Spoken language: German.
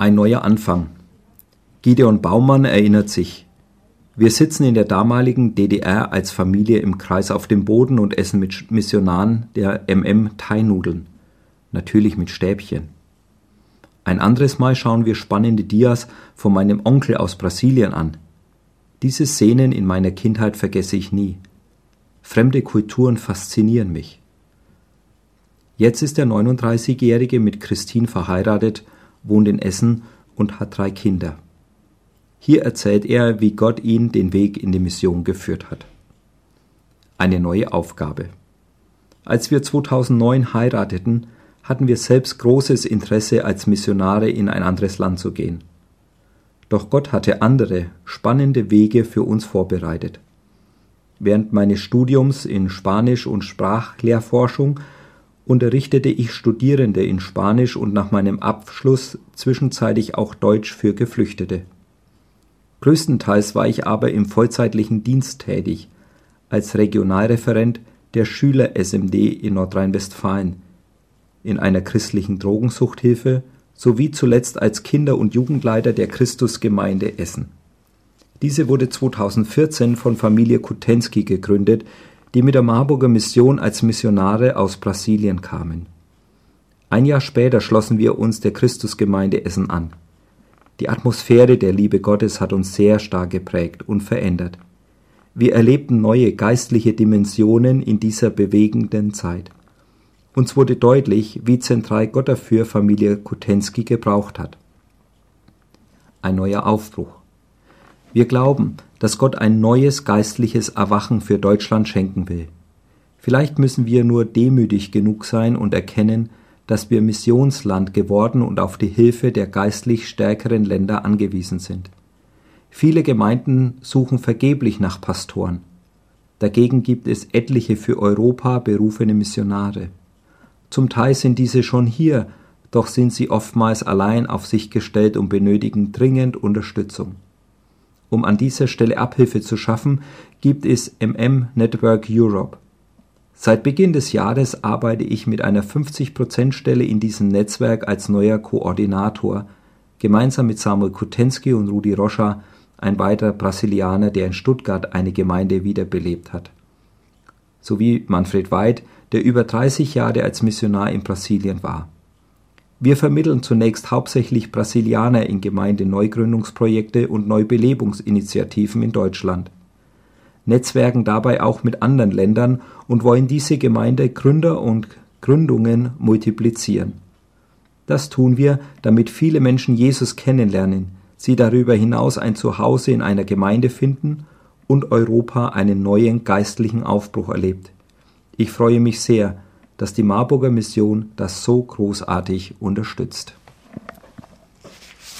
Ein neuer Anfang. Gideon Baumann erinnert sich: Wir sitzen in der damaligen DDR als Familie im Kreis auf dem Boden und essen mit Missionaren der Thai-Nudeln. Natürlich mit Stäbchen. Ein anderes Mal schauen wir spannende Dias von meinem Onkel aus Brasilien an. Diese Szenen in meiner Kindheit vergesse ich nie. Fremde Kulturen faszinieren mich. Jetzt ist der 39-Jährige mit Christine verheiratet, wohnt in Essen und hat 3 Kinder. Hier erzählt er, wie Gott ihn den Weg in die Mission geführt hat. Eine neue Aufgabe. Als wir 2009 heirateten, hatten wir selbst großes Interesse, als Missionare in ein anderes Land zu gehen. Doch Gott hatte andere, spannende Wege für uns vorbereitet. Während meines Studiums in Spanisch und Sprachlehrforschung unterrichtete ich Studierende in Spanisch und nach meinem Abschluss zwischenzeitlich auch Deutsch für Geflüchtete. Größtenteils war ich aber im vollzeitlichen Dienst tätig, als Regionalreferent der Schüler-SMD in Nordrhein-Westfalen, in einer christlichen Drogensuchthilfe sowie zuletzt als Kinder- und Jugendleiter der Christusgemeinde Essen. Diese wurde 2014 von Familie Kutensky gegründet, die mit der Marburger Mission als Missionare aus Brasilien kamen. Ein Jahr später schlossen wir uns der Christusgemeinde Essen an. Die Atmosphäre der Liebe Gottes hat uns sehr stark geprägt und verändert. Wir erlebten neue geistliche Dimensionen in dieser bewegenden Zeit. Uns wurde deutlich, wie zentral Gott dafür Familie Kutensky gebraucht hat. Ein neuer Aufbruch. Wir glauben, dass Gott ein neues geistliches Erwachen für Deutschland schenken will. Vielleicht müssen wir nur demütig genug sein und erkennen, dass wir Missionsland geworden und auf die Hilfe der geistlich stärkeren Länder angewiesen sind. Viele Gemeinden suchen vergeblich nach Pastoren. Dagegen gibt es etliche für Europa berufene Missionare. Zum Teil sind diese schon hier, doch sind sie oftmals allein auf sich gestellt und benötigen dringend Unterstützung. Um an dieser Stelle Abhilfe zu schaffen, gibt es Network Europe. Seit Beginn des Jahres arbeite ich mit einer 50%-Stelle in diesem Netzwerk als neuer Koordinator, gemeinsam mit Samuel Kutensky und Rudi Rocha, ein weiterer Brasilianer, der in Stuttgart eine Gemeinde wiederbelebt hat, sowie Manfred Weid, der über 30 Jahre als Missionar in Brasilien war. Wir vermitteln zunächst hauptsächlich Brasilianer in Gemeindeneugründungsprojekte und Neubelebungsinitiativen in Deutschland, netzwerken dabei auch mit anderen Ländern und wollen diese Gemeindegründer und Gründungen multiplizieren. Das tun wir, damit viele Menschen Jesus kennenlernen, sie darüber hinaus ein Zuhause in einer Gemeinde finden und Europa einen neuen geistlichen Aufbruch erlebt. Ich freue mich sehr, dass die Marburger Mission das so großartig unterstützt.